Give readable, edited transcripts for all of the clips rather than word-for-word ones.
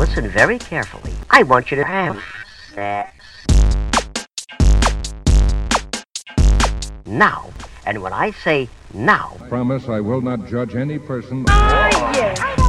listen very carefully. I want you to have sex. Now. And when I say now... I promise I will not judge any person... I don't get it.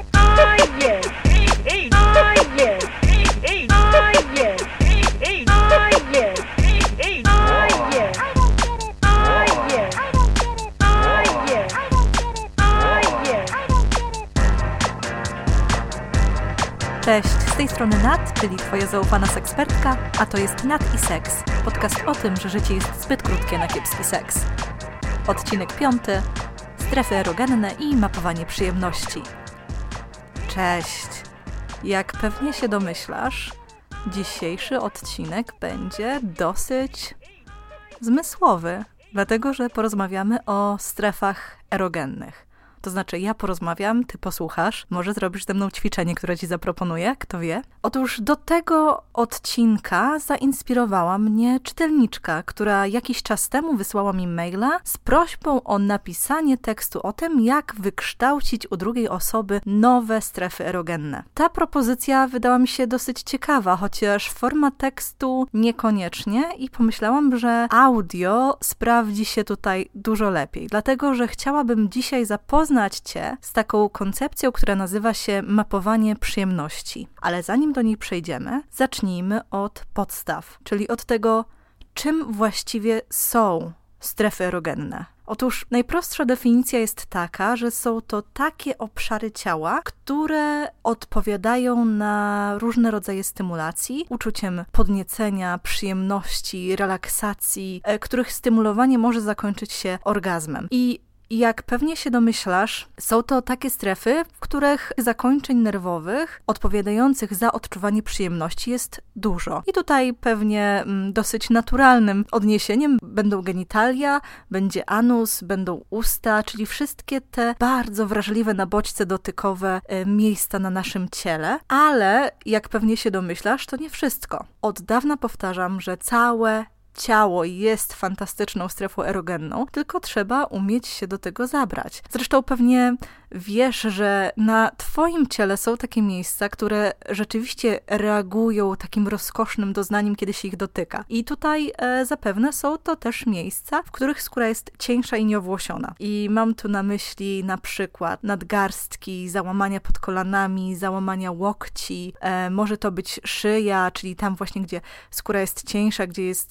Cześć, z tej strony Nat, czyli twoja zaufana sekspertka, a to jest Nat i Seks, podcast o tym, że życie jest zbyt krótkie na kiepski seks. Odcinek 5. Strefy erogenne i mapowanie przyjemności. Cześć! Jak pewnie się domyślasz, dzisiejszy odcinek będzie dosyć zmysłowy, dlatego że porozmawiamy o strefach erogennych. To znaczy, ja porozmawiam, ty posłuchasz, może zrobisz ze mną ćwiczenie, które ci zaproponuję, kto wie. Otóż do tego odcinka zainspirowała mnie czytelniczka, która jakiś czas temu wysłała mi maila z prośbą o napisanie tekstu o tym, jak wykształcić u drugiej osoby nowe strefy erogenne. Ta propozycja wydała mi się dosyć ciekawa, chociaż forma tekstu niekoniecznie i pomyślałam, że audio sprawdzi się tutaj dużo lepiej, dlatego że chciałabym dzisiaj zapoznać Cię z taką koncepcją, która nazywa się mapowanie przyjemności. Ale zanim do niej przejdziemy, zacznijmy od podstaw, czyli od tego, czym właściwie są strefy erogenne. Otóż najprostsza definicja jest taka, że są to takie obszary ciała, które odpowiadają na różne rodzaje stymulacji, uczuciem podniecenia, przyjemności, relaksacji, których stymulowanie może zakończyć się orgazmem. I jak pewnie się domyślasz, są to takie strefy, w których zakończeń nerwowych odpowiadających za odczuwanie przyjemności jest dużo. I tutaj pewnie dosyć naturalnym odniesieniem będą genitalia, będzie anus, będą usta, czyli wszystkie te bardzo wrażliwe na bodźce dotykowe miejsca na naszym ciele. Ale jak pewnie się domyślasz, to nie wszystko. Od dawna powtarzam, że całe ciało jest fantastyczną strefą erogenną, tylko trzeba umieć się do tego zabrać. Zresztą pewnie wiesz, że na twoim ciele są takie miejsca, które rzeczywiście reagują takim rozkosznym doznaniem, kiedy się ich dotyka. I tutaj zapewne są to też miejsca, w których skóra jest cieńsza i nieowłosiona. I mam tu na myśli na przykład nadgarstki, załamania pod kolanami, załamania łokci, może to być szyja, czyli tam właśnie, gdzie skóra jest cieńsza, gdzie jest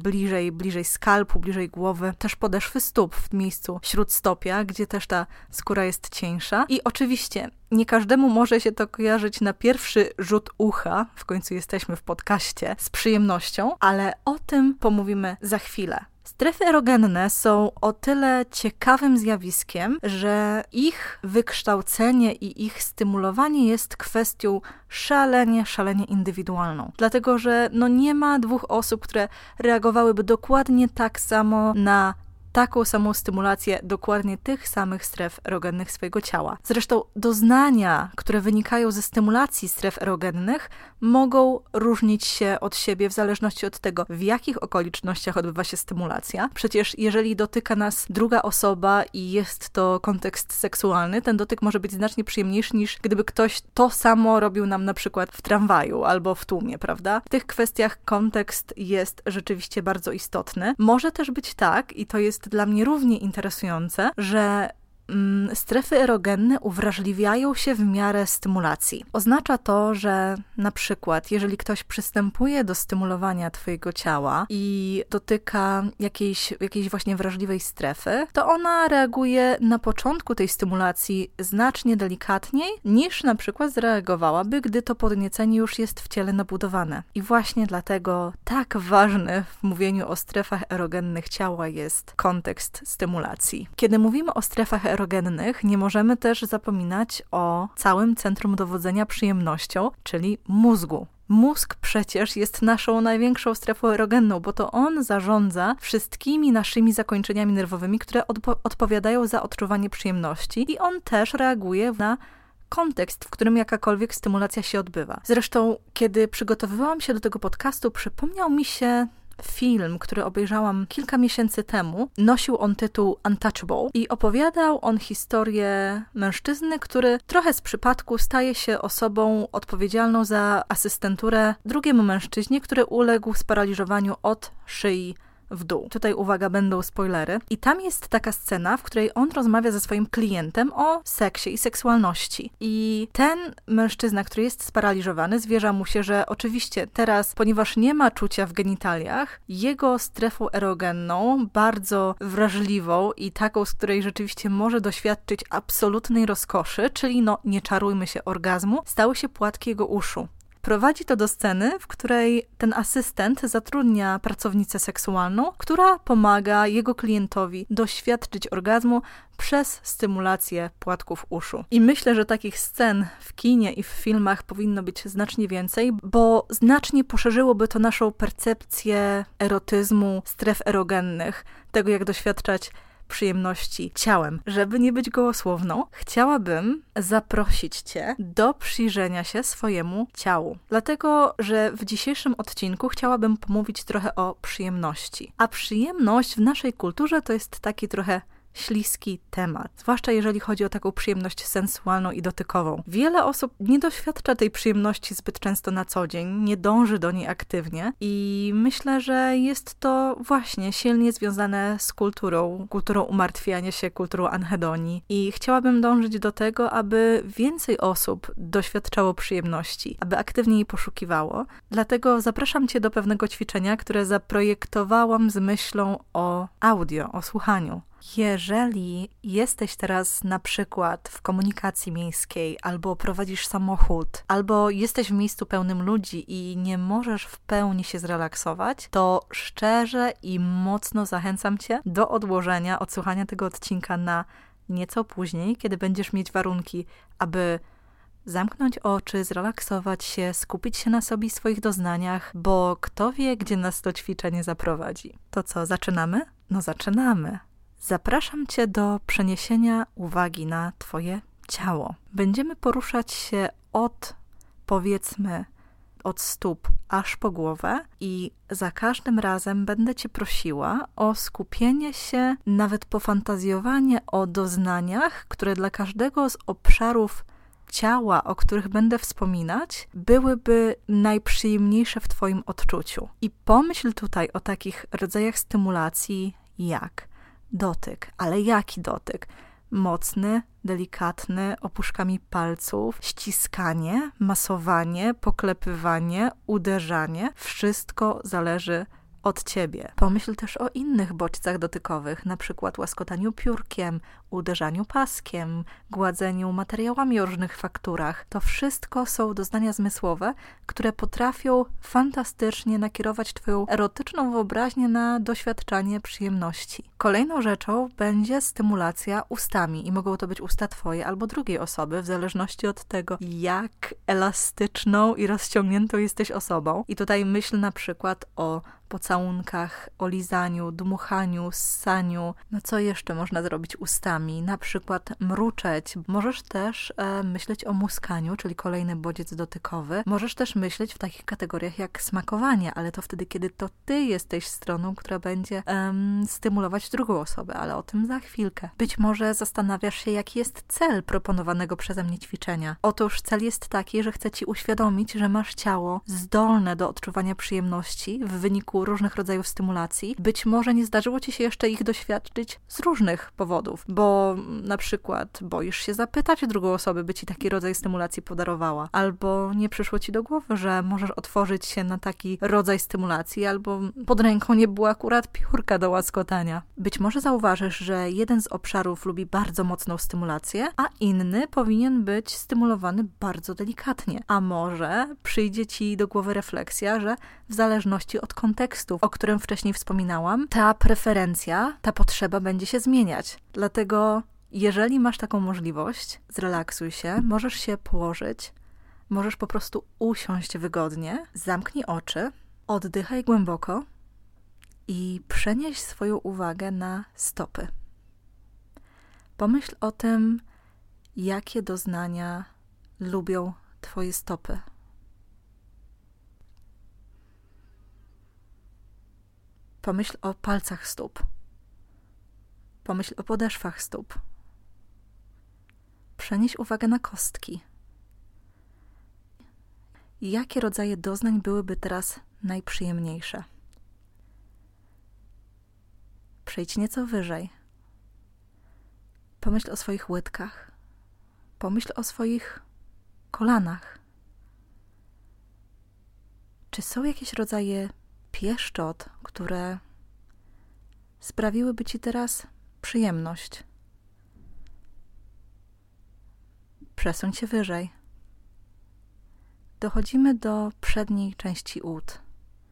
bliżej skalpu, bliżej głowy, też podeszwy stóp w miejscu śródstopia, gdzie też ta skóra jest cieńsza. I oczywiście nie każdemu może się to kojarzyć na pierwszy rzut ucha, w końcu jesteśmy w podcaście, z przyjemnością, ale o tym pomówimy za chwilę. Strefy erogenne są o tyle ciekawym zjawiskiem, że ich wykształcenie i ich stymulowanie jest kwestią szalenie indywidualną. Dlatego, że nie ma dwóch osób, które reagowałyby dokładnie tak samo na taką samą stymulację dokładnie tych samych stref erogennych swojego ciała. Zresztą doznania, które wynikają ze stymulacji stref erogennych, mogą różnić się od siebie w zależności od tego, w jakich okolicznościach odbywa się stymulacja. Przecież jeżeli dotyka nas druga osoba i jest to kontekst seksualny, ten dotyk może być znacznie przyjemniejszy niż gdyby ktoś to samo robił nam na przykład w tramwaju albo w tłumie, prawda? W tych kwestiach kontekst jest rzeczywiście bardzo istotny. Może też być tak, i to jest dla mnie równie interesujące, że strefy erogenne uwrażliwiają się w miarę stymulacji. Oznacza to, że na przykład, jeżeli ktoś przystępuje do stymulowania twojego ciała i dotyka jakiejś właśnie wrażliwej strefy, to ona reaguje na początku tej stymulacji znacznie delikatniej, niż na przykład zareagowałaby, gdy to podniecenie już jest w ciele nabudowane. I właśnie dlatego tak ważny w mówieniu o strefach erogennych ciała jest kontekst stymulacji. Kiedy mówimy o strefach erogennych, nie możemy też zapominać o całym centrum dowodzenia przyjemnością, czyli mózgu. Mózg przecież jest naszą największą strefą erogenną, bo to on zarządza wszystkimi naszymi zakończeniami nerwowymi, które odpowiadają za odczuwanie przyjemności i on też reaguje na kontekst, w którym jakakolwiek stymulacja się odbywa. Zresztą, kiedy przygotowywałam się do tego podcastu, przypomniał mi się film, który obejrzałam kilka miesięcy temu. Nosił on tytuł Untouchable i opowiadał on historię mężczyzny, który trochę z przypadku staje się osobą odpowiedzialną za asystenturę drugiemu mężczyźnie, który uległ sparaliżowaniu od szyi w dół. Tutaj uwaga, będą spoilery. I tam jest taka scena, w której on rozmawia ze swoim klientem o seksie i seksualności. I ten mężczyzna, który jest sparaliżowany, zwierza mu się, że oczywiście teraz, ponieważ nie ma czucia w genitaliach, jego strefą erogenną, bardzo wrażliwą i taką, z której rzeczywiście może doświadczyć absolutnej rozkoszy, czyli nie czarujmy się, orgazmu, stały się płatki jego uszu. Prowadzi to do sceny, w której ten asystent zatrudnia pracownicę seksualną, która pomaga jego klientowi doświadczyć orgazmu przez stymulację płatków uszu. I myślę, że takich scen w kinie i w filmach powinno być znacznie więcej, bo znacznie poszerzyłoby to naszą percepcję erotyzmu, stref erogennych, tego jak doświadczać przyjemności ciałem. Żeby nie być gołosłowną, chciałabym zaprosić Cię do przyjrzenia się swojemu ciału. Dlatego, że w dzisiejszym odcinku chciałabym pomówić trochę o przyjemności. A przyjemność w naszej kulturze to jest taki trochę śliski temat, zwłaszcza jeżeli chodzi o taką przyjemność sensualną i dotykową. Wiele osób nie doświadcza tej przyjemności zbyt często na co dzień, nie dąży do niej aktywnie i myślę, że jest to właśnie silnie związane z kulturą umartwiania się, kulturą anhedonii i chciałabym dążyć do tego, aby więcej osób doświadczało przyjemności, aby aktywnie jej poszukiwało. Dlatego zapraszam Cię do pewnego ćwiczenia, które zaprojektowałam z myślą o audio, o słuchaniu. Jeżeli jesteś teraz na przykład w komunikacji miejskiej, albo prowadzisz samochód, albo jesteś w miejscu pełnym ludzi i nie możesz w pełni się zrelaksować, to szczerze i mocno zachęcam Cię do odłożenia, odsłuchania tego odcinka na nieco później, kiedy będziesz mieć warunki, aby zamknąć oczy, zrelaksować się, skupić się na sobie i swoich doznaniach, bo kto wie, gdzie nas to ćwiczenie zaprowadzi. To co, zaczynamy? No zaczynamy. Zapraszam Cię do przeniesienia uwagi na Twoje ciało. Będziemy poruszać się od stóp aż po głowę i za każdym razem będę Cię prosiła o skupienie się, nawet pofantazjowanie o doznaniach, które dla każdego z obszarów ciała, o których będę wspominać, byłyby najprzyjemniejsze w Twoim odczuciu. I pomyśl tutaj o takich rodzajach stymulacji jak dotyk, ale jaki dotyk? Mocny, delikatny, opuszkami palców, ściskanie, masowanie, poklepywanie, uderzanie. Wszystko zależy od Ciebie. Pomyśl też o innych bodźcach dotykowych, na przykład łaskotaniu piórkiem, uderzaniu paskiem, gładzeniu materiałami o różnych fakturach. To wszystko są doznania zmysłowe, które potrafią fantastycznie nakierować Twoją erotyczną wyobraźnię na doświadczanie przyjemności. Kolejną rzeczą będzie stymulacja ustami i mogą to być usta Twoje albo drugiej osoby, w zależności od tego, jak elastyczną i rozciągniętą jesteś osobą. I tutaj myśl na przykład o pocałunkach, o lizaniu, dmuchaniu, ssaniu. No co jeszcze można zrobić ustami? Na przykład mruczeć. Możesz też myśleć o muskaniu, czyli kolejny bodziec dotykowy. Możesz też myśleć w takich kategoriach jak smakowanie, ale to wtedy, kiedy to Ty jesteś stroną, która będzie stymulować drugą osobę, ale o tym za chwilkę. Być może zastanawiasz się, jaki jest cel proponowanego przeze mnie ćwiczenia. Otóż cel jest taki, że chcę Ci uświadomić, że masz ciało zdolne do odczuwania przyjemności w wyniku różnych rodzajów stymulacji. Być może nie zdarzyło Ci się jeszcze ich doświadczyć z różnych powodów, bo na przykład boisz się zapytać drugą osobę, by Ci taki rodzaj stymulacji podarowała, albo nie przyszło Ci do głowy, że możesz otworzyć się na taki rodzaj stymulacji, albo pod ręką nie było akurat piórka do łaskotania. Być może zauważysz, że jeden z obszarów lubi bardzo mocną stymulację, a inny powinien być stymulowany bardzo delikatnie. A może przyjdzie Ci do głowy refleksja, że w zależności od kontekstu, o którym wcześniej wspominałam, ta preferencja, ta potrzeba będzie się zmieniać. Dlatego, jeżeli masz taką możliwość, zrelaksuj się, możesz się położyć, możesz po prostu usiąść wygodnie, zamknij oczy, oddychaj głęboko i przenieś swoją uwagę na stopy. Pomyśl o tym, jakie doznania lubią Twoje stopy. Pomyśl o palcach stóp. Pomyśl o podeszwach stóp. Przenieś uwagę na kostki. Jakie rodzaje doznań byłyby teraz najprzyjemniejsze? Przejdź nieco wyżej. Pomyśl o swoich łydkach. Pomyśl o swoich kolanach. Czy są jakieś rodzaje pieszczot, które sprawiłyby ci teraz przyjemność? Przesuń się wyżej. Dochodzimy do przedniej części ud.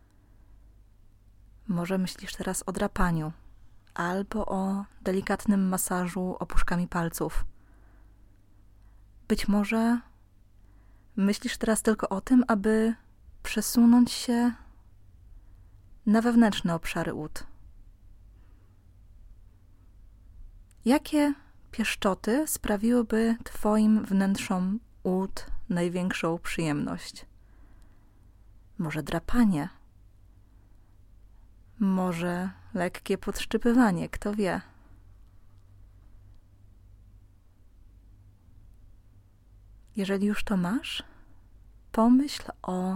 Może myślisz teraz o drapaniu albo o delikatnym masażu opuszkami palców. Być może myślisz teraz tylko o tym, aby przesunąć się na wewnętrzne obszary ud. Jakie pieszczoty sprawiłyby twoim wnętrzom ud największą przyjemność? Może drapanie? Może lekkie podszczypywanie, kto wie? Jeżeli już to masz, pomyśl o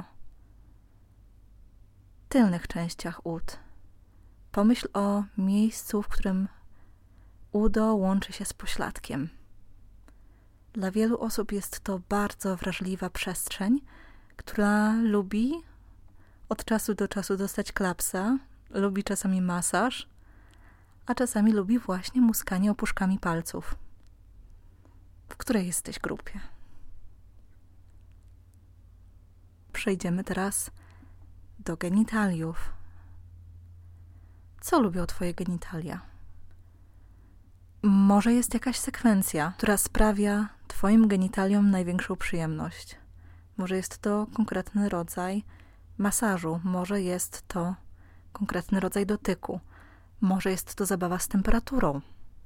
tylnych częściach ud. Pomyśl o miejscu, w którym udo łączy się z pośladkiem. Dla wielu osób jest to bardzo wrażliwa przestrzeń, która lubi od czasu do czasu dostać klapsa, lubi czasami masaż, a czasami lubi właśnie muskanie opuszkami palców. W której jesteś grupie? Przejdziemy teraz do genitaliów. Co lubią twoje genitalia? Może jest jakaś sekwencja, która sprawia twoim genitaliom największą przyjemność. Może jest to konkretny rodzaj masażu, może jest to konkretny rodzaj dotyku, może jest to zabawa z temperaturą.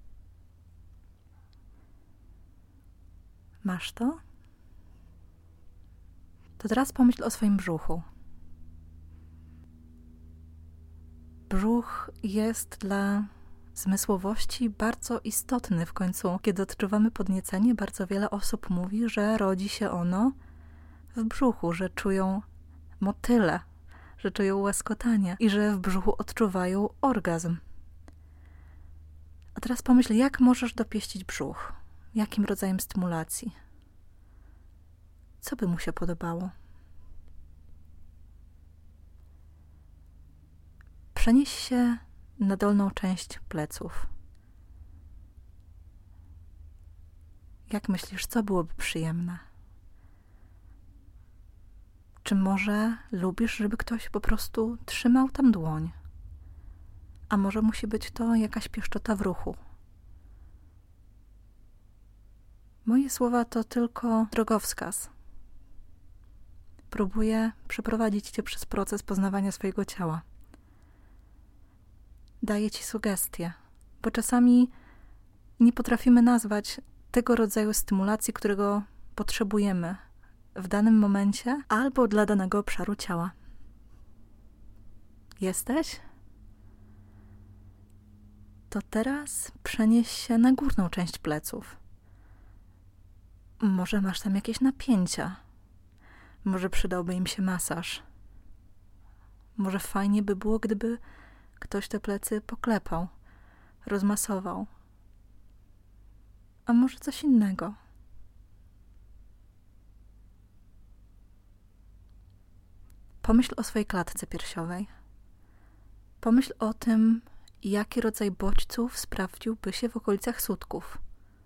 Masz to? To teraz pomyśl o swoim brzuchu. Brzuch jest dla zmysłowości bardzo istotny. W końcu, kiedy odczuwamy podniecenie, bardzo wiele osób mówi, że rodzi się ono w brzuchu, że czują motyle, że czują łaskotanie i że w brzuchu odczuwają orgazm. A teraz pomyśl, jak możesz dopieścić brzuch? Jakim rodzajem stymulacji? Co by mu się podobało? Przenieś się na dolną część pleców. Jak myślisz, co byłoby przyjemne? Czy może lubisz, żeby ktoś po prostu trzymał tam dłoń? A może musi być to jakaś pieszczota w ruchu? Moje słowa to tylko drogowskaz. Próbuję przeprowadzić cię przez proces poznawania swojego ciała. Daję ci sugestie, bo czasami nie potrafimy nazwać tego rodzaju stymulacji, którego potrzebujemy w danym momencie albo dla danego obszaru ciała. Jesteś? To teraz przenieś się na górną część pleców. Może masz tam jakieś napięcia. Może przydałby im się masaż. Może fajnie by było, gdyby ktoś te plecy poklepał, rozmasował. A może coś innego? Pomyśl o swojej klatce piersiowej. Pomyśl o tym, jaki rodzaj bodźców sprawdziłby się w okolicach sutków.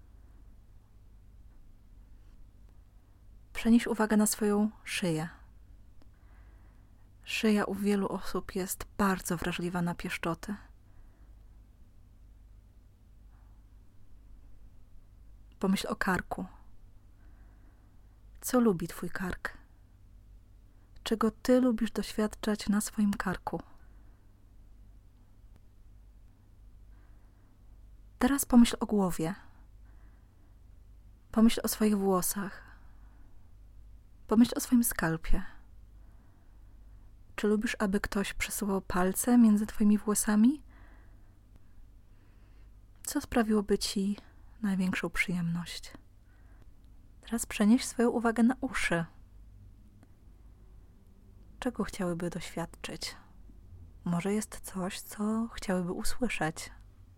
Przenieś uwagę na swoją szyję. Szyja u wielu osób jest bardzo wrażliwa na pieszczoty. Pomyśl o karku. Co lubi twój kark? Czego ty lubisz doświadczać na swoim karku? Teraz pomyśl o głowie. Pomyśl o swoich włosach. Pomyśl o swoim skalpie. Czy lubisz, aby ktoś przesuwał palce między twoimi włosami? Co sprawiłoby ci największą przyjemność? Teraz przenieś swoją uwagę na uszy. Czego chciałyby doświadczyć? Może jest coś, co chciałyby usłyszeć.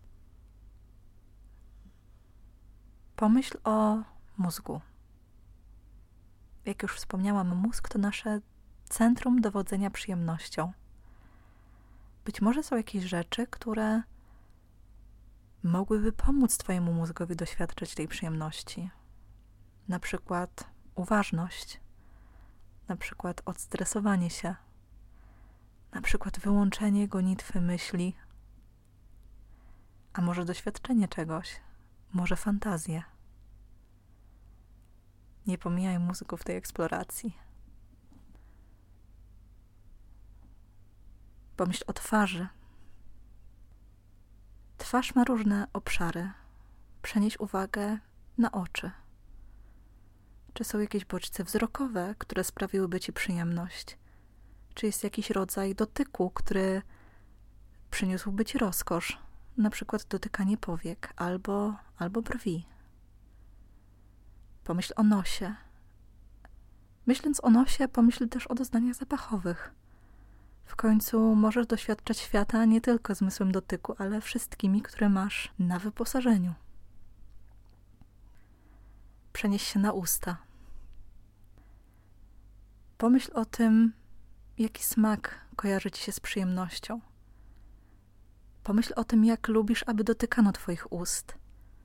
Pomyśl o mózgu. Jak już wspomniałam, mózg to nasze centrum dowodzenia przyjemnością. Być może są jakieś rzeczy, które mogłyby pomóc twojemu mózgowi doświadczyć tej przyjemności. Na przykład uważność, na przykład odstresowanie się, na przykład wyłączenie gonitwy myśli, a może doświadczenie czegoś, może fantazję. Nie pomijaj mózgu w tej eksploracji. Pomyśl o twarzy. Twarz ma różne obszary. Przenieś uwagę na oczy. Czy są jakieś bodźce wzrokowe, które sprawiłyby ci przyjemność? Czy jest jakiś rodzaj dotyku, który przyniósłby ci rozkosz? Na przykład dotykanie powiek albo brwi. Pomyśl o nosie. Myśląc o nosie, pomyśl też o doznaniach zapachowych. W końcu możesz doświadczać świata nie tylko zmysłem dotyku, ale wszystkimi, które masz na wyposażeniu. Przenieś się na usta. Pomyśl o tym, jaki smak kojarzy ci się z przyjemnością. Pomyśl o tym, jak lubisz, aby dotykano twoich ust.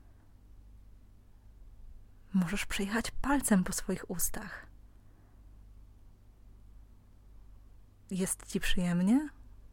Możesz przejechać palcem po swoich ustach. Jest ci przyjemnie?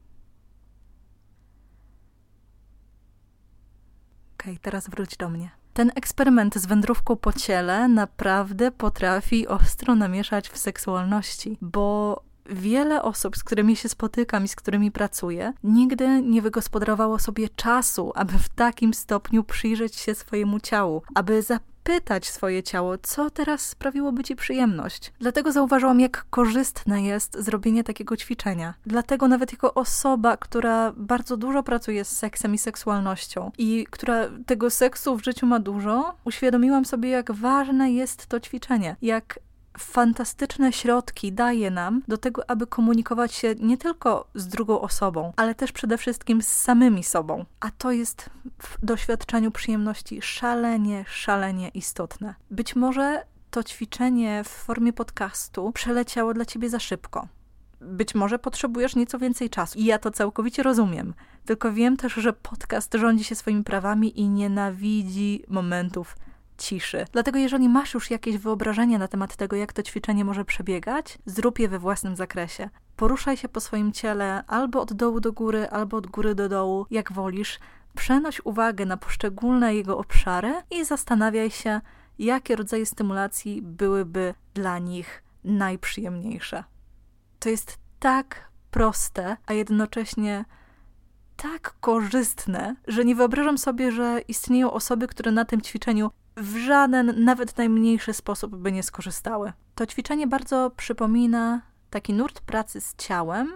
Okej, teraz wróć do mnie. Ten eksperyment z wędrówką po ciele naprawdę potrafi ostro namieszać w seksualności, bo wiele osób, z którymi się spotykam i z którymi pracuję, nigdy nie wygospodarowało sobie czasu, aby w takim stopniu przyjrzeć się swojemu ciału, aby zapytać swoje ciało, co teraz sprawiłoby ci przyjemność. Dlatego zauważyłam, jak korzystne jest zrobienie takiego ćwiczenia. Dlatego nawet jako osoba, która bardzo dużo pracuje z seksem i seksualnością i która tego seksu w życiu ma dużo, uświadomiłam sobie, jak ważne jest to ćwiczenie, jak fantastyczne środki daje nam do tego, aby komunikować się nie tylko z drugą osobą, ale też przede wszystkim z samymi sobą. A to jest w doświadczaniu przyjemności szalenie istotne. Być może to ćwiczenie w formie podcastu przeleciało dla ciebie za szybko. Być może potrzebujesz nieco więcej czasu. I ja to całkowicie rozumiem. Tylko wiem też, że podcast rządzi się swoimi prawami i nienawidzi momentów ciszy. Dlatego jeżeli masz już jakieś wyobrażenie na temat tego, jak to ćwiczenie może przebiegać, zrób je we własnym zakresie. Poruszaj się po swoim ciele albo od dołu do góry, albo od góry do dołu, jak wolisz. Przenoś uwagę na poszczególne jego obszary i zastanawiaj się, jakie rodzaje stymulacji byłyby dla nich najprzyjemniejsze. To jest tak proste, a jednocześnie tak korzystne, że nie wyobrażam sobie, że istnieją osoby, które na tym ćwiczeniu w żaden, nawet najmniejszy sposób by nie skorzystały. To ćwiczenie bardzo przypomina taki nurt pracy z ciałem,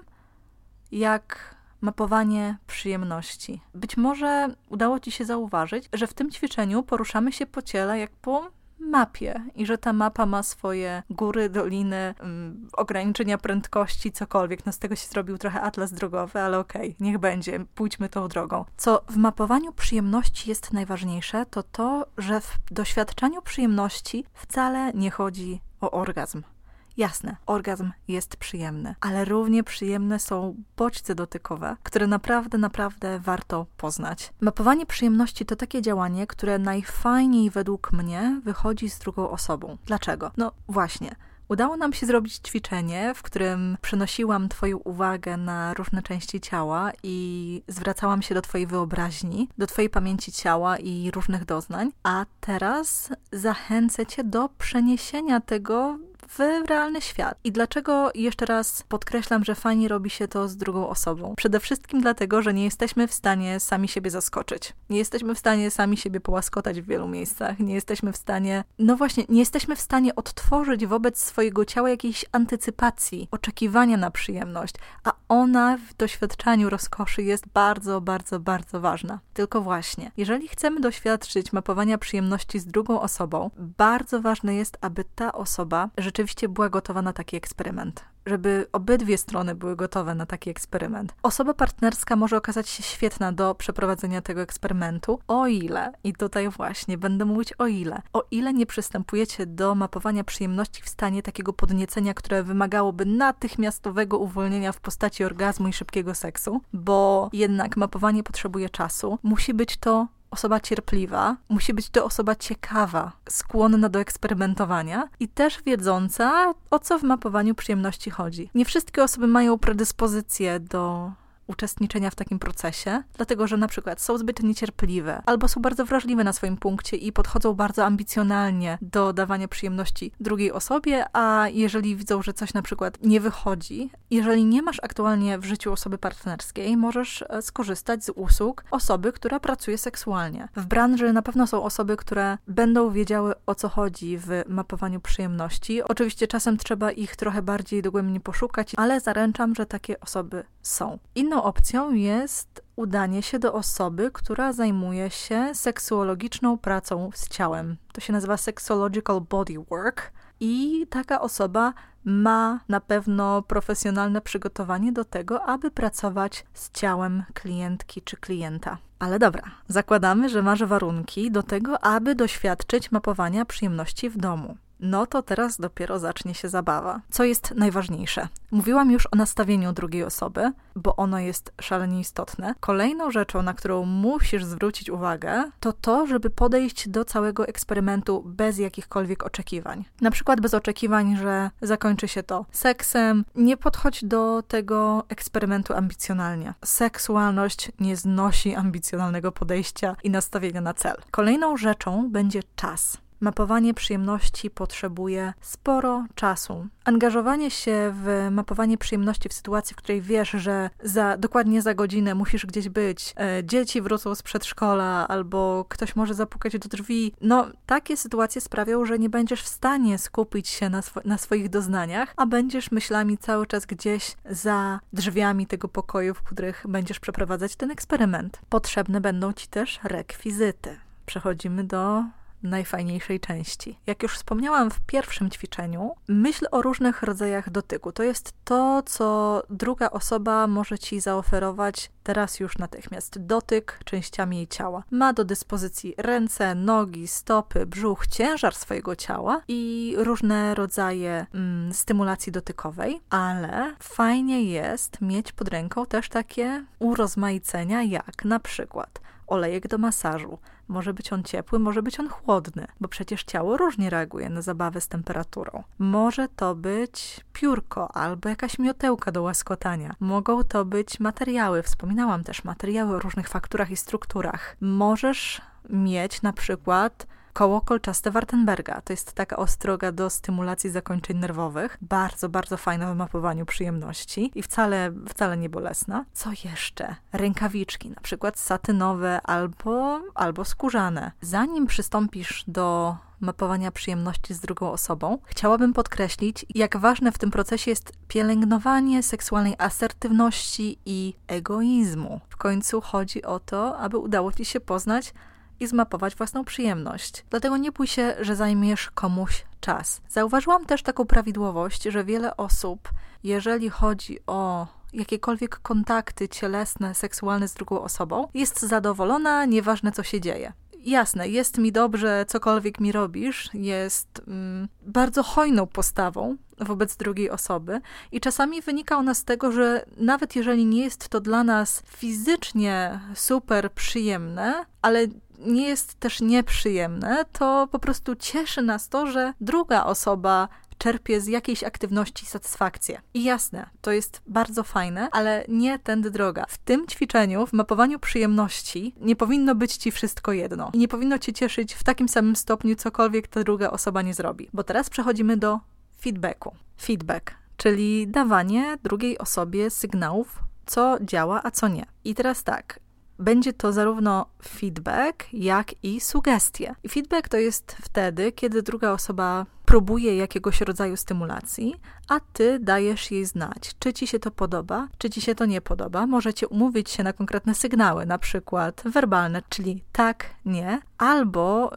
jak mapowanie przyjemności. Być może udało ci się zauważyć, że w tym ćwiczeniu poruszamy się po ciele jak po mapie i że ta mapa ma swoje góry, doliny, ograniczenia prędkości, cokolwiek. No z tego się zrobił trochę atlas drogowy, ale okej, niech będzie, pójdźmy tą drogą. Co w mapowaniu przyjemności jest najważniejsze, to to, że w doświadczaniu przyjemności wcale nie chodzi o orgazm. Jasne, orgazm jest przyjemny, ale równie przyjemne są bodźce dotykowe, które naprawdę warto poznać. Mapowanie przyjemności to takie działanie, które najfajniej według mnie wychodzi z drugą osobą. Dlaczego? No właśnie. Udało nam się zrobić ćwiczenie, w którym przenosiłam twoją uwagę na różne części ciała i zwracałam się do twojej wyobraźni, do twojej pamięci ciała i różnych doznań, a teraz zachęcę cię do przeniesienia tego w realny świat. I dlaczego jeszcze raz podkreślam, że fajnie robi się to z drugą osobą? Przede wszystkim dlatego, że nie jesteśmy w stanie sami siebie zaskoczyć. Nie jesteśmy w stanie sami siebie połaskotać w wielu miejscach. Nie jesteśmy w stanie, nie jesteśmy w stanie odtworzyć wobec swojego ciała jakiejś antycypacji, oczekiwania na przyjemność, a ona w doświadczaniu rozkoszy jest bardzo, bardzo, bardzo ważna. Tylko właśnie, jeżeli chcemy doświadczyć mapowania przyjemności z drugą osobą, bardzo ważne jest, aby ta osoba rzeczywiście była gotowa na taki eksperyment. Żeby obydwie strony były gotowe na taki eksperyment. Osoba partnerska może okazać się świetna do przeprowadzenia tego eksperymentu, o ile, i tutaj właśnie będę mówić o ile nie przystępujecie do mapowania przyjemności w stanie takiego podniecenia, które wymagałoby natychmiastowego uwolnienia w postaci orgazmu i szybkiego seksu, bo jednak mapowanie potrzebuje czasu. Musi być to osoba cierpliwa, musi być to osoba ciekawa, skłonna do eksperymentowania i też wiedząca, o co w mapowaniu przyjemności chodzi. Nie wszystkie osoby mają predyspozycję do uczestniczenia w takim procesie, dlatego że na przykład są zbyt niecierpliwe albo są bardzo wrażliwe na swoim punkcie i podchodzą bardzo ambicjonalnie do dawania przyjemności drugiej osobie, a jeżeli widzą, że coś na przykład nie wychodzi, jeżeli nie masz aktualnie w życiu osoby partnerskiej, możesz skorzystać z usług osoby, która pracuje seksualnie. W branży na pewno są osoby, które będą wiedziały, o co chodzi w mapowaniu przyjemności. Oczywiście czasem trzeba ich trochę bardziej dogłębnie poszukać, ale zaręczam, że takie osoby są. Inną opcją jest udanie się do osoby, która zajmuje się seksuologiczną pracą z ciałem. To się nazywa Sexological Bodywork i taka osoba ma na pewno profesjonalne przygotowanie do tego, aby pracować z ciałem klientki czy klienta. Ale dobra, zakładamy, że masz warunki do tego, aby doświadczyć mapowania przyjemności w domu. No to teraz dopiero zacznie się zabawa. Co jest najważniejsze? Mówiłam już o nastawieniu drugiej osoby, bo ono jest szalenie istotne. Kolejną rzeczą, na którą musisz zwrócić uwagę, to to, żeby podejść do całego eksperymentu bez jakichkolwiek oczekiwań. Na przykład bez oczekiwań, że zakończy się to seksem. Nie podchodź do tego eksperymentu ambicjonalnie. Seksualność nie znosi ambicjonalnego podejścia i nastawienia na cel. Kolejną rzeczą będzie czas. Mapowanie przyjemności potrzebuje sporo czasu. Angażowanie się w mapowanie przyjemności w sytuacji, w której wiesz, że dokładnie za godzinę musisz gdzieś być, dzieci wrócą z przedszkola albo ktoś może zapukać do drzwi. No, takie sytuacje sprawią, że nie będziesz w stanie skupić się na swoich doznaniach, a będziesz myślami cały czas gdzieś za drzwiami tego pokoju, w których będziesz przeprowadzać ten eksperyment. Potrzebne będą ci też rekwizyty. Przechodzimy do najfajniejszej części. Jak już wspomniałam w pierwszym ćwiczeniu, myśl o różnych rodzajach dotyku. To jest to, co druga osoba może ci zaoferować teraz już natychmiast. Dotyk częściami jej ciała. Ma do dyspozycji ręce, nogi, stopy, brzuch, ciężar swojego ciała i różne rodzaje stymulacji dotykowej, ale fajnie jest mieć pod ręką też takie urozmaicenia, jak na przykład olejek do masażu. Może być on ciepły, może być on chłodny, bo przecież ciało różnie reaguje na zabawę z temperaturą. Może to być piórko albo jakaś miotełka do łaskotania. Mogą to być materiały, wspominałam też materiały o różnych fakturach i strukturach. Możesz mieć na przykład koło kolczaste Wartenberga. To jest taka ostroga do stymulacji zakończeń nerwowych. Bardzo, bardzo fajna w mapowaniu przyjemności i wcale nie bolesna. Co jeszcze? Rękawiczki, na przykład satynowe albo skórzane. Zanim przystąpisz do mapowania przyjemności z drugą osobą, chciałabym podkreślić, jak ważne w tym procesie jest pielęgnowanie seksualnej asertywności i egoizmu. W końcu chodzi o to, aby udało ci się poznać i zmapować własną przyjemność. Dlatego nie bój się, że zajmiesz komuś czas. Zauważyłam też taką prawidłowość, że wiele osób, jeżeli chodzi o jakiekolwiek kontakty cielesne, seksualne z drugą osobą, jest zadowolona, nieważne co się dzieje. Jasne, jest mi dobrze, cokolwiek mi robisz, jest bardzo hojną postawą wobec drugiej osoby i czasami wynika ona z tego, że nawet jeżeli nie jest to dla nas fizycznie super przyjemne, ale nie jest też nieprzyjemne, to po prostu cieszy nas to, że druga osoba czerpie z jakiejś aktywności satysfakcję. I jasne, to jest bardzo fajne, ale nie tędy droga. W tym ćwiczeniu, w mapowaniu przyjemności, nie powinno być ci wszystko jedno. I nie powinno cię cieszyć w takim samym stopniu, cokolwiek ta druga osoba nie zrobi. Bo teraz przechodzimy do feedbacku. Feedback, czyli dawanie drugiej osobie sygnałów, co działa, a co nie. I teraz tak, będzie to zarówno feedback, jak i sugestie. I feedback to jest wtedy, kiedy druga osoba próbuje jakiegoś rodzaju stymulacji, a ty dajesz jej znać, czy ci się to podoba, czy ci się to nie podoba. Możecie umówić się na konkretne sygnały, na przykład werbalne, czyli tak, nie, albo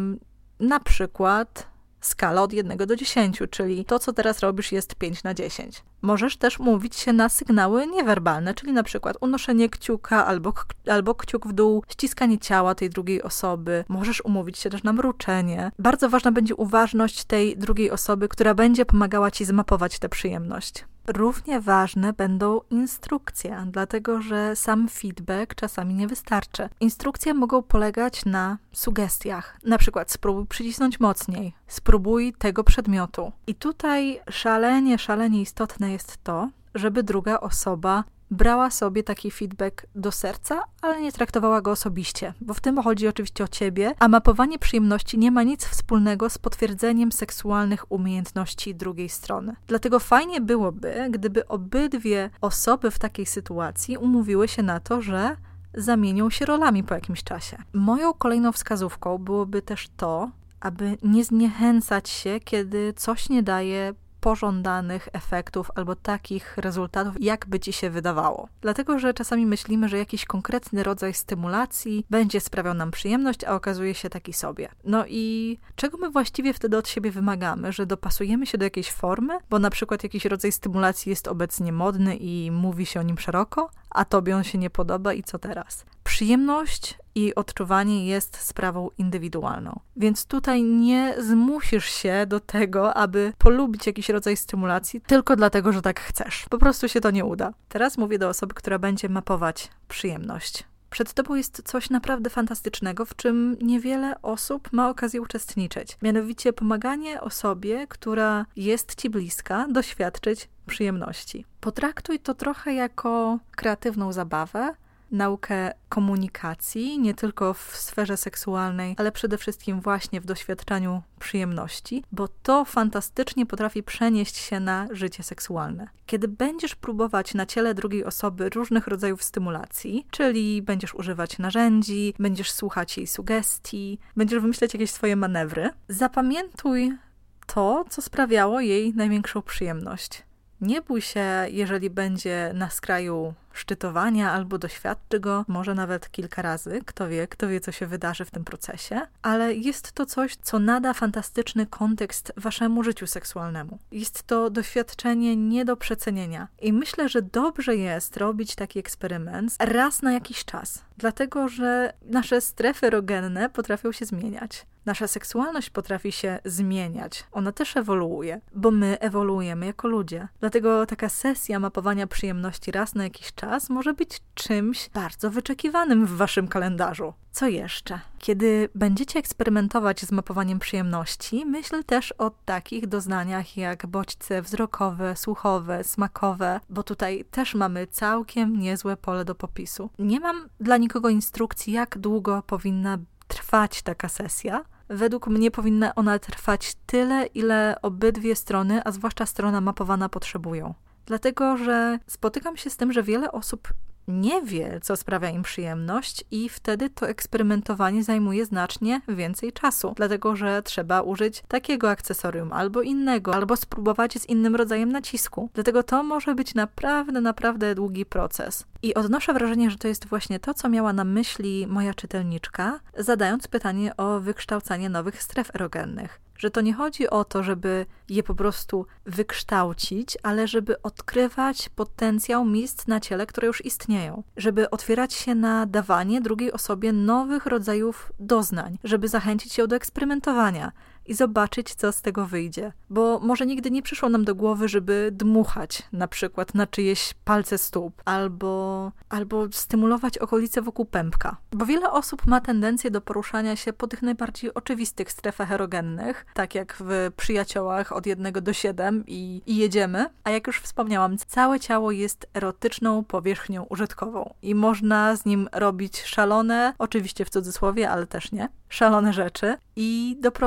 na przykład skala od 1 do 10, czyli to, co teraz robisz, jest 5 na 10. Możesz też umówić się na sygnały niewerbalne, czyli na przykład unoszenie kciuka albo kciuk w dół, ściskanie ciała tej drugiej osoby. Możesz umówić się też na mruczenie. Bardzo ważna będzie uważność tej drugiej osoby, która będzie pomagała ci zmapować tę przyjemność. Równie ważne będą instrukcje, dlatego że sam feedback czasami nie wystarczy. Instrukcje mogą polegać na sugestiach. Na przykład spróbuj przycisnąć mocniej, spróbuj tego przedmiotu. I tutaj szalenie istotne jest to, żeby druga osoba brała sobie taki feedback do serca, ale nie traktowała go osobiście, bo w tym chodzi oczywiście o ciebie, a mapowanie przyjemności nie ma nic wspólnego z potwierdzeniem seksualnych umiejętności drugiej strony. Dlatego fajnie byłoby, gdyby obydwie osoby w takiej sytuacji umówiły się na to, że zamienią się rolami po jakimś czasie. Moją kolejną wskazówką byłoby też to, aby nie zniechęcać się, kiedy coś nie daje pożądanych efektów albo takich rezultatów, jakby ci się wydawało. Dlatego, że czasami myślimy, że jakiś konkretny rodzaj stymulacji będzie sprawiał nam przyjemność, a okazuje się taki sobie. No i czego my właściwie wtedy od siebie wymagamy? Że dopasujemy się do jakiejś formy? Bo na przykład jakiś rodzaj stymulacji jest obecnie modny i mówi się o nim szeroko, a tobie on się nie podoba i co teraz? Przyjemność i odczuwanie jest sprawą indywidualną. Więc tutaj nie zmusisz się do tego, aby polubić jakiś rodzaj stymulacji tylko dlatego, że tak chcesz. Po prostu się to nie uda. Teraz mówię do osoby, która będzie mapować przyjemność. Przed tobą jest coś naprawdę fantastycznego, w czym niewiele osób ma okazję uczestniczyć. Mianowicie pomaganie osobie, która jest ci bliska, doświadczyć przyjemności. Potraktuj to trochę jako kreatywną zabawę, naukę komunikacji, nie tylko w sferze seksualnej, ale przede wszystkim właśnie w doświadczaniu przyjemności, bo to fantastycznie potrafi przenieść się na życie seksualne. Kiedy będziesz próbować na ciele drugiej osoby różnych rodzajów stymulacji, czyli będziesz używać narzędzi, będziesz słuchać jej sugestii, będziesz wymyślać jakieś swoje manewry, zapamiętuj to, co sprawiało jej największą przyjemność. Nie bój się, jeżeli będzie na skraju szczytowania albo doświadczy go, może nawet kilka razy, kto wie, co się wydarzy w tym procesie, ale jest to coś, co nada fantastyczny kontekst waszemu życiu seksualnemu. Jest to doświadczenie nie do przecenienia i myślę, że dobrze jest robić taki eksperyment raz na jakiś czas, dlatego że nasze strefy erogenne potrafią się zmieniać. Nasza seksualność potrafi się zmieniać. Ona też ewoluuje, bo my ewoluujemy jako ludzie. Dlatego taka sesja mapowania przyjemności raz na jakiś czas może być czymś bardzo wyczekiwanym w waszym kalendarzu. Co jeszcze? Kiedy będziecie eksperymentować z mapowaniem przyjemności, myśl też o takich doznaniach jak bodźce wzrokowe, słuchowe, smakowe, bo tutaj też mamy całkiem niezłe pole do popisu. Nie mam dla nikogo instrukcji, jak długo powinna trwać taka sesja. Według mnie powinna ona trwać tyle, ile obydwie strony, a zwłaszcza strona mapowana, potrzebują. Dlatego, że spotykam się z tym, że wiele osób nie wie, co sprawia im przyjemność i wtedy to eksperymentowanie zajmuje znacznie więcej czasu, dlatego że trzeba użyć takiego akcesorium albo innego, albo spróbować z innym rodzajem nacisku. Dlatego to może być naprawdę długi proces. I odnoszę wrażenie, że to jest właśnie to, co miała na myśli moja czytelniczka, zadając pytanie o wykształcanie nowych stref erogennych. Że to nie chodzi o to, żeby je po prostu wykształcić, ale żeby odkrywać potencjał miejsc na ciele, które już istnieją. Żeby otwierać się na dawanie drugiej osobie nowych rodzajów doznań, żeby zachęcić ją do eksperymentowania i zobaczyć, co z tego wyjdzie. Bo może nigdy nie przyszło nam do głowy, żeby dmuchać na przykład na czyjeś palce stóp albo stymulować okolice wokół pępka. Bo wiele osób ma tendencję do poruszania się po tych najbardziej oczywistych strefach erogennych, tak jak w Przyjaciołach od 1 do 7 i jedziemy. A jak już wspomniałam, całe ciało jest erotyczną powierzchnią użytkową i można z nim robić szalone, oczywiście w cudzysłowie, ale też nie, szalone rzeczy i doprowadzać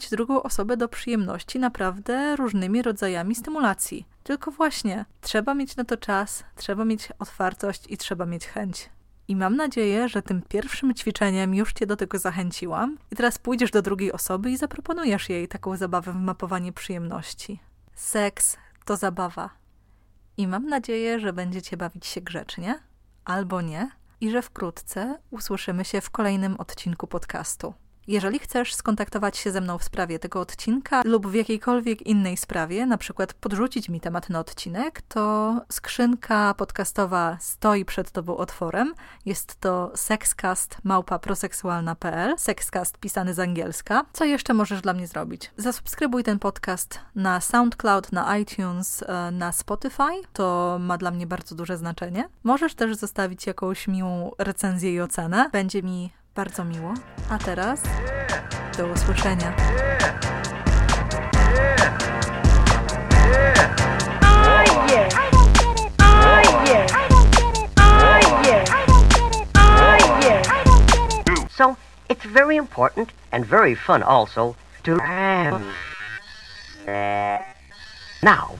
zmusić drugą osobę do przyjemności naprawdę różnymi rodzajami stymulacji. Tylko właśnie, trzeba mieć na to czas, trzeba mieć otwartość i trzeba mieć chęć. I mam nadzieję, że tym pierwszym ćwiczeniem już Cię do tego zachęciłam i teraz pójdziesz do drugiej osoby i zaproponujesz jej taką zabawę w mapowanie przyjemności. Seks to zabawa. I mam nadzieję, że będziecie bawić się grzecznie, albo nie, i że wkrótce usłyszymy się w kolejnym odcinku podcastu. Jeżeli chcesz skontaktować się ze mną w sprawie tego odcinka lub w jakiejkolwiek innej sprawie, na przykład podrzucić mi temat na odcinek, to skrzynka podcastowa stoi przed Tobą otworem. Jest to sexcast@proseksualna.pl, sexcast pisany z angielska. Co jeszcze możesz dla mnie zrobić? Zasubskrybuj ten podcast na SoundCloud, na iTunes, na Spotify. To ma dla mnie bardzo duże znaczenie. Możesz też zostawić jakąś miłą recenzję i ocenę. Będzie mi bardzo miło. A teraz do usłyszenia. So, it's very important and very fun also to have that. Now,